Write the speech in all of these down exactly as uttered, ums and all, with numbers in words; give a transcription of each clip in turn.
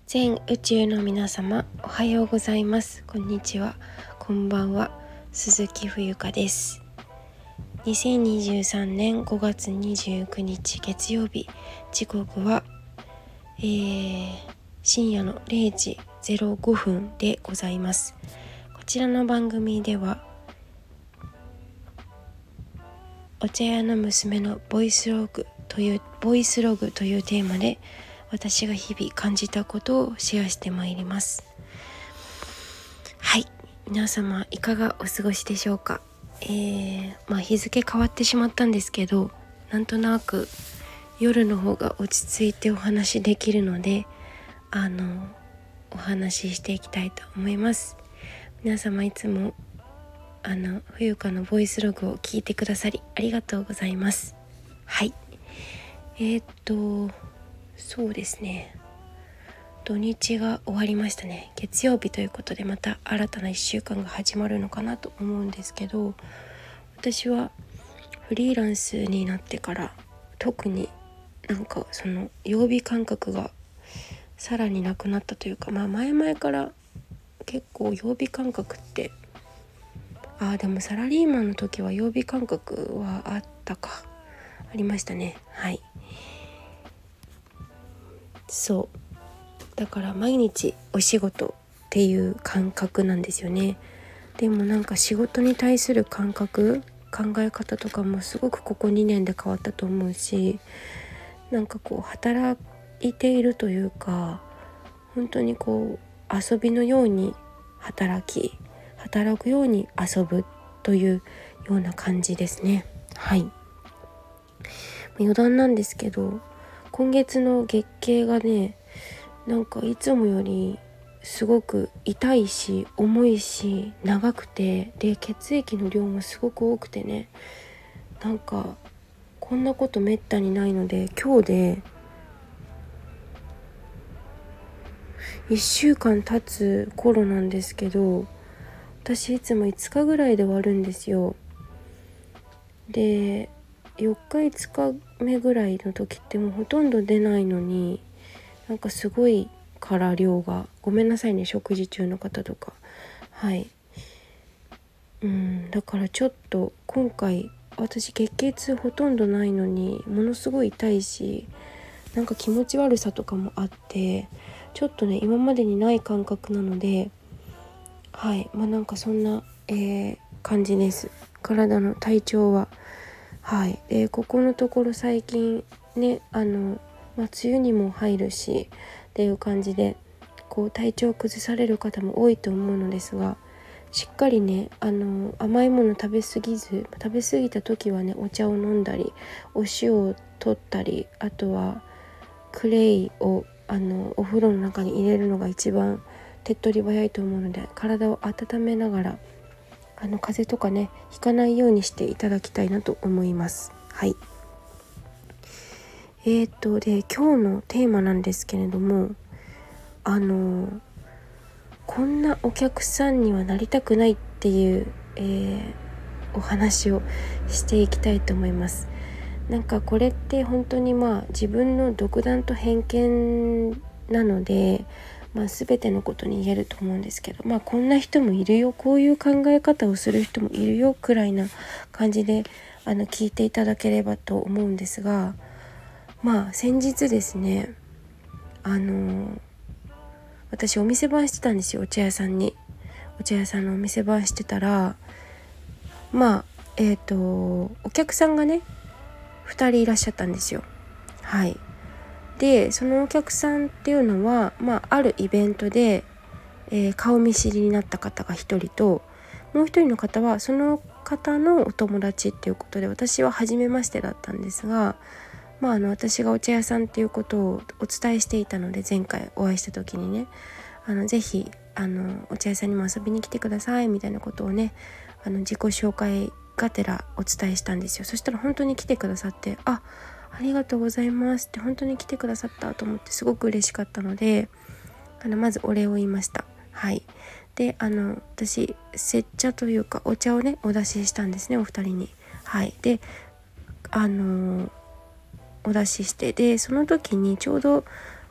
全宇宙の皆様、おはようございます。こんにちは、こんばんは。鈴木冬香です。にせんにじゅうさんねんごがつにじゅうくにち月曜日、時刻は、えー、深夜のれいじぜろごふんでございます。こちらの番組ではお茶屋の娘のボイスログというボイスログというテーマで私が日々感じたことをシェアしてまいります。はい、皆様いかがお過ごしでしょうか。えー、まあ日付変わってしまったんですけど、なんとなく夜の方が落ち着いてお話できるので、あのお話ししていきたいと思います。皆様いつもあの冬香のボイスログを聞いてくださりありがとうございます。はい、えー、っとそうですね、土日が終わりましたね。月曜日ということでまた新たないっしゅうかんが始まるのかなと思うんですけど、私はフリーランスになってから特になんかその曜日感覚がさらになくなったというか、まあ前々から結構曜日感覚ってあでもサラリーマンの時は曜日感覚はあったかありましたね。はい、そうだから毎日お仕事っていう感覚なんですよね。でもなんか仕事に対する感覚考え方とかもすごくここにねんで変わったと思うし、なんかこう働いているというか本当にこう遊びのように働き働くように遊ぶというような感じですね。はい、余談なんですけど、今月の月経がね、なんかいつもよりすごく痛いし重いし長くて、で血液の量もすごく多くてね、なんかこんなことめったにないので、今日でいっしゅうかん経つ頃なんですけど、私いつもいつかぐらいで終わるんですよ。でよっかいつかめぐらいの時ってもうほとんど出ないのに、なんかすごいから量が、ごめんなさいね食事中の方とか、はいうんだからちょっと今回私月経痛ほとんどないのにものすごい痛いし、なんか気持ち悪さとかもあって、ちょっとね今までにない感覚なので、はいまあなんかそんな、えー、感じです。体の体調は。はいでここのところ最近ねあの、まあ、梅雨にも入るしっていう感じでこう体調を崩される方も多いと思うのですが、しっかりねあの甘いもの食べ過ぎず、食べ過ぎた時はねお茶を飲んだりお塩を取ったり、あとはクレイをあのお風呂の中に入れるのが一番手っ取り早いと思うので、体を温めながらあの風邪とかねひかないようにしていただきたいなと思います。はいえーとで今日のテーマなんですけれども、あのこんなお客さんにはなりたくないっていう、えー、お話をしていきたいと思います。なんかこれって本当にまあ自分の独断と偏見なので、まあ、全てのことに言えると思うんですけど、まあこんな人もいるよ、こういう考え方をする人もいるよくらいな感じであの聞いていただければと思うんですが、まあ先日ですね、あの私お店番してたんですよ。お茶屋さんにお茶屋さんのお店番してたら、まあえっとお客さんがねふたりいらっしゃったんですよ。はいでそのお客さんっていうのは、まあ、あるイベントで、えー、顔見知りになった方がひとりと、もうひとりの方はその方のお友達っていうことで、私は初めましてだったんですが、まあ、あの私がお茶屋さんっていうことをお伝えしていたので、前回お会いした時にねあのぜひあのお茶屋さんにも遊びに来てくださいみたいなことをねあの自己紹介がてらお伝えしたんですよ。そしたら本当に来てくださって、あありがとうございますって、本当に来てくださったと思ってすごく嬉しかったので、あのまずお礼を言いました。はいであの私煎茶というかお茶をねお出ししたんですね、お二人に。はいであのお出しして、でその時にちょうど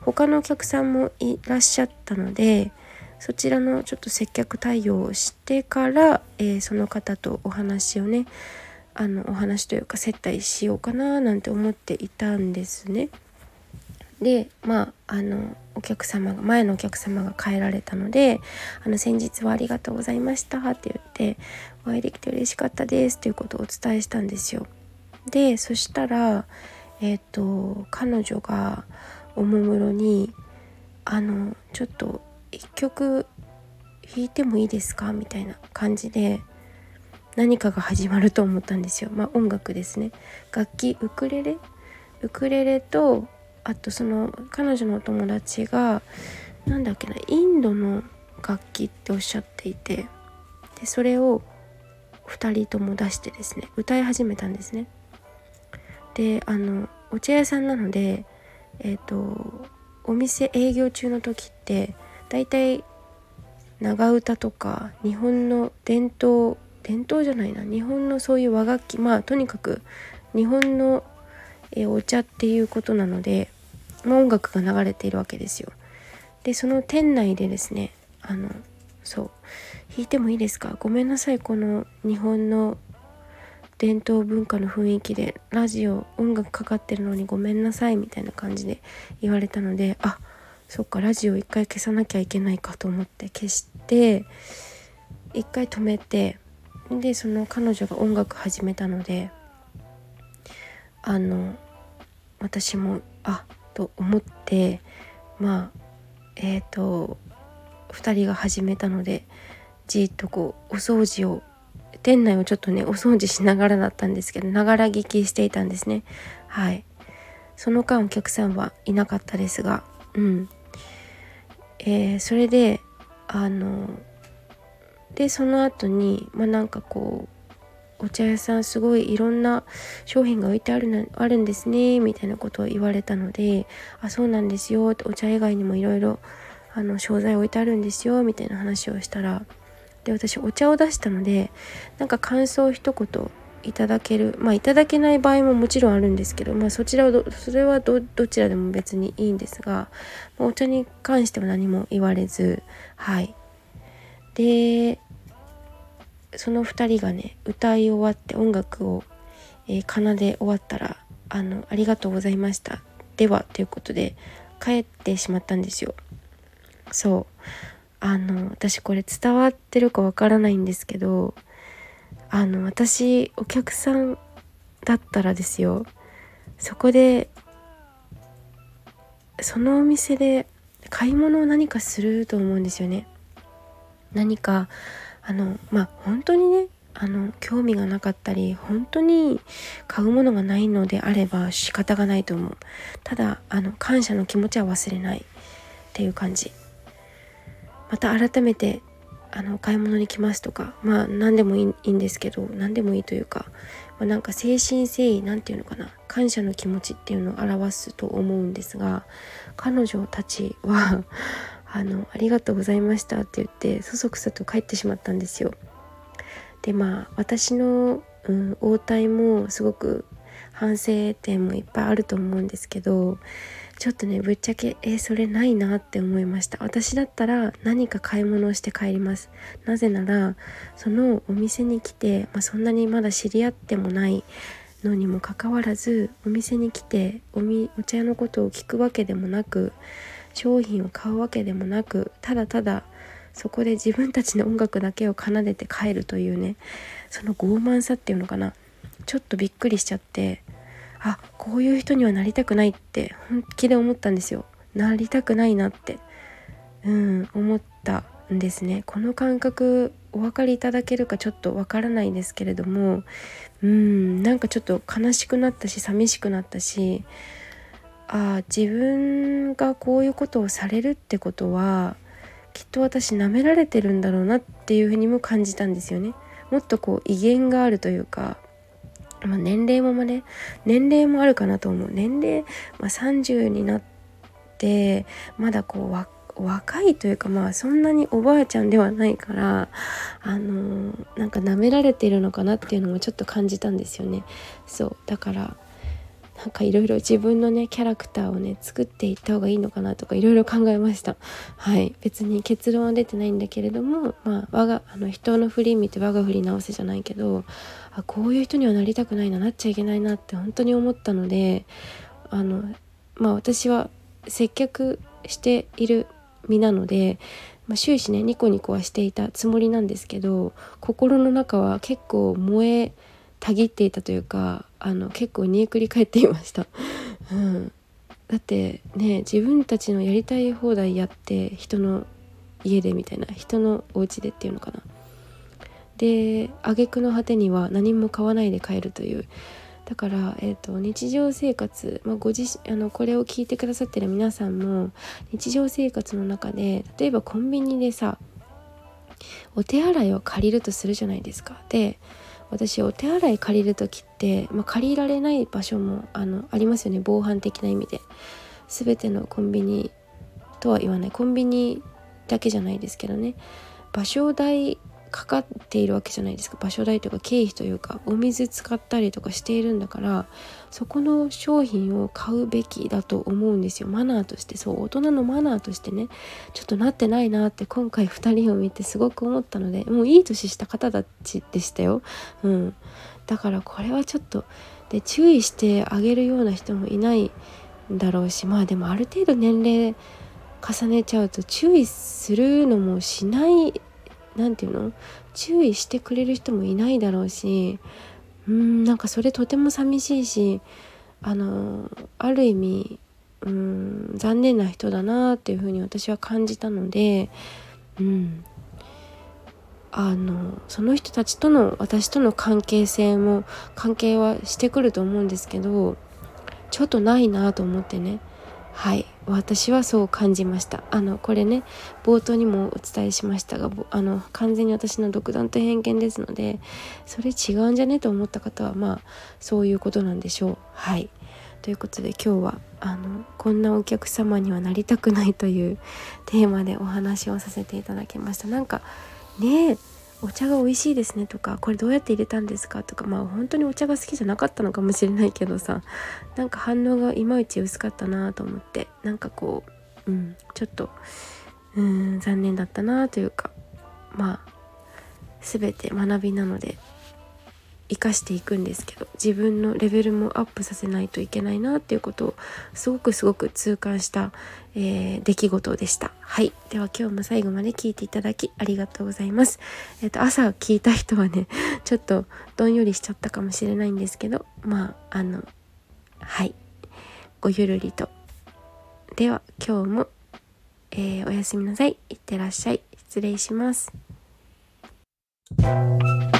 他のお客さんもいらっしゃったので、そちらのちょっと接客対応をしてから、えー、その方とお話をねあのお話というか接待しようかななんて思っていたんですね。でまああのお客様が前のお客様が帰られたので、あの先日はありがとうございましたって言ってお会いできて嬉しかったですということをお伝えしたんですよ。でそしたらえっと彼女がおもむろにあのちょっと一曲弾いてもいいですかみたいな感じで何かが始まると思ったんですよ。まあ音楽ですね。楽器ウクレレウクレレと、あとその彼女のお友達がなんだっけなインドの楽器っておっしゃっていて、でそれをふたりとも出してですね歌い始めたんですね。であのお茶屋さんなのでえっとお店営業中の時ってだいたい長唄とか日本の伝統伝統じゃないな日本のそういう和楽器、まあとにかく日本のえお茶っていうことなので、まあ、音楽が流れているわけですよ。でその店内でですねあのそう弾いてもいいですか、ごめんなさいこの日本の伝統文化の雰囲気でラジオ音楽かかってるのにごめんなさいみたいな感じで言われたので、あそっかラジオ一回消さなきゃいけないかと思って消して一回止めて、でその彼女が音楽始めたのであの私もあと思ってまあえっとふたりが始めたのでじっとこうお掃除を店内をちょっとねお掃除しながらだったんですけどながら聞きしていたんですね。はい。その間お客さんはいなかったですが、うん、えー、それであのでその後にまあなんかこうお茶屋さんすごいいろんな商品が置いてあるなあるんですねみたいなことを言われたので、あそうなんですよお茶以外にもいろいろあの商材置いてあるんですよみたいな話をしたら、で私お茶を出したのでなんか感想を一言いただける、まあいただけない場合ももちろんあるんですけど、まあそちらをどそれは ど, どちらでも別にいいんですが、まあ、お茶に関しては何も言われず、はいでそのふたりがね歌い終わって音楽を、えー、奏で終わったらあのありがとうございましたではということで帰ってしまったんですよ。そうあの私これ伝わってるかわからないんですけど、あの私お客さんだったらですよ、そこでそのお店で買い物を何かすると思うんですよね。何かあのまあ本当にねあの興味がなかったり本当に買うものがないのであれば仕方がないと思う。ただあの感謝の気持ちは忘れないっていう感じ。また改めてあの買い物に来ますとかまあ何でもいい、いいんですけど何でもいいというか、まあ、なんか誠心誠意なんていうのかな感謝の気持ちっていうのを表すと思うんですが、彼女たちはあのありがとうございましたって言ってそそくさと帰ってしまったんですよ。でまあ私の、うん、応対もすごく反省点もいっぱいあると思うんですけど、ちょっとねぶっちゃけえそれないなって思いました。私だったら何か買い物をして帰ります。なぜならそのお店に来て、まあ、そんなにまだ知り合ってもないのにもかかわらずお店に来て お, みお茶屋のことを聞くわけでもなく商品を買うわけでもなく、ただただそこで自分たちの音楽だけを奏でて帰るというね、その傲慢さっていうのかな、ちょっとびっくりしちゃって、あこういう人にはなりたくないって本気で思ったんですよ。なりたくないなってうん思ったんですね。この感覚お分かりいただけるかちょっとわからないですけれども、うんなんかちょっと悲しくなったし寂しくなったし、あ自分がこういうことをされるってことはきっと私舐められてるんだろうなっていうふうにも感じたんですよね。もっとこう威厳があるというか、まあ、年齢もまね年齢もあるかなと思う。年齢、まあ、さんじゅうになってまだこうわ若いというか、まあそんなにおばあちゃんではないからあのー、なんか舐められているのかなっていうのもちょっと感じたんですよね。そうだからなんかいろいろ自分のねキャラクターをね作っていった方がいいのかなとかいろいろ考えました。はい、別に結論は出てないんだけれども、まあ我があの人の振り見て我が振り直せじゃないけど、あこういう人にはなりたくないな、なっちゃいけないなって本当に思ったので、あのまあ私は接客している身なので、まあ、終始ねニコニコはしていたつもりなんですけど、心の中は結構燃えたぎっていたというか、あの結構煮えくり返っていました、うん、だってね自分たちのやりたい放題やって人の家でみたいな、人のお家でっていうのかな、で挙句の果てには何も買わないで帰るという。だから、えーと、日常生活、まあ、ご自あのこれを聞いてくださってる皆さんも日常生活の中で例えばコンビニでさお手洗いを借りるとするじゃないですか。で私お手洗い借りる時って、まあ、借りられない場所も あのありますよね、防犯的な意味で。全てのコンビニとは言わない、コンビニだけじゃないですけどね、場所代かかっているわけじゃないですか。場所代というか経費というかお水使ったりとかしているんだから、そこの商品を買うべきだと思うんですよ。マナーとして、そう大人のマナーとしてねちょっとなってないなって今回ふたりを見てすごく思ったので、もういい年した方たちでしたよ、うん、だからこれはちょっとで注意してあげるような人もいないんだろうし、まあでもある程度年齢重ねちゃうと注意するのもしないなんていうの注意してくれる人もいないだろうし、うーんなんかそれとても寂しいし、あのある意味うーん残念な人だなっていうふうに私は感じたので、うんあのその人たちとの私との関係性も関係はしてくると思うんですけど、ちょっとないなと思ってね、はい私はそう感じました。あのこれね冒頭にもお伝えしましたが、あの完全に私の独断と偏見ですので、それ違うんじゃねと思った方はまあそういうことなんでしょう。はいということで今日はあのこんなお客様にはなりたくないというテーマでお話をさせていただきました。なんかねえお茶が美味しいですねとか、これどうやって入れたんですかとか、まあ本当にお茶が好きじゃなかったのかもしれないけどさ、なんか反応がいまいち薄かったなと思って、なんかこう、うん、ちょっとうーん残念だったなというか、まあ全て学びなので生かしていくんですけど、自分のレベルもアップさせないといけないなっていうことをすごくすごく痛感した、えー、出来事でした。はい、では今日も最後まで聞いていただきありがとうございます。えっと朝聞いた人はねちょっとどんよりしちゃったかもしれないんですけど、まああのはいごゆるりと。では今日も、えー、おやすみなさい。いってらっしゃい。失礼します。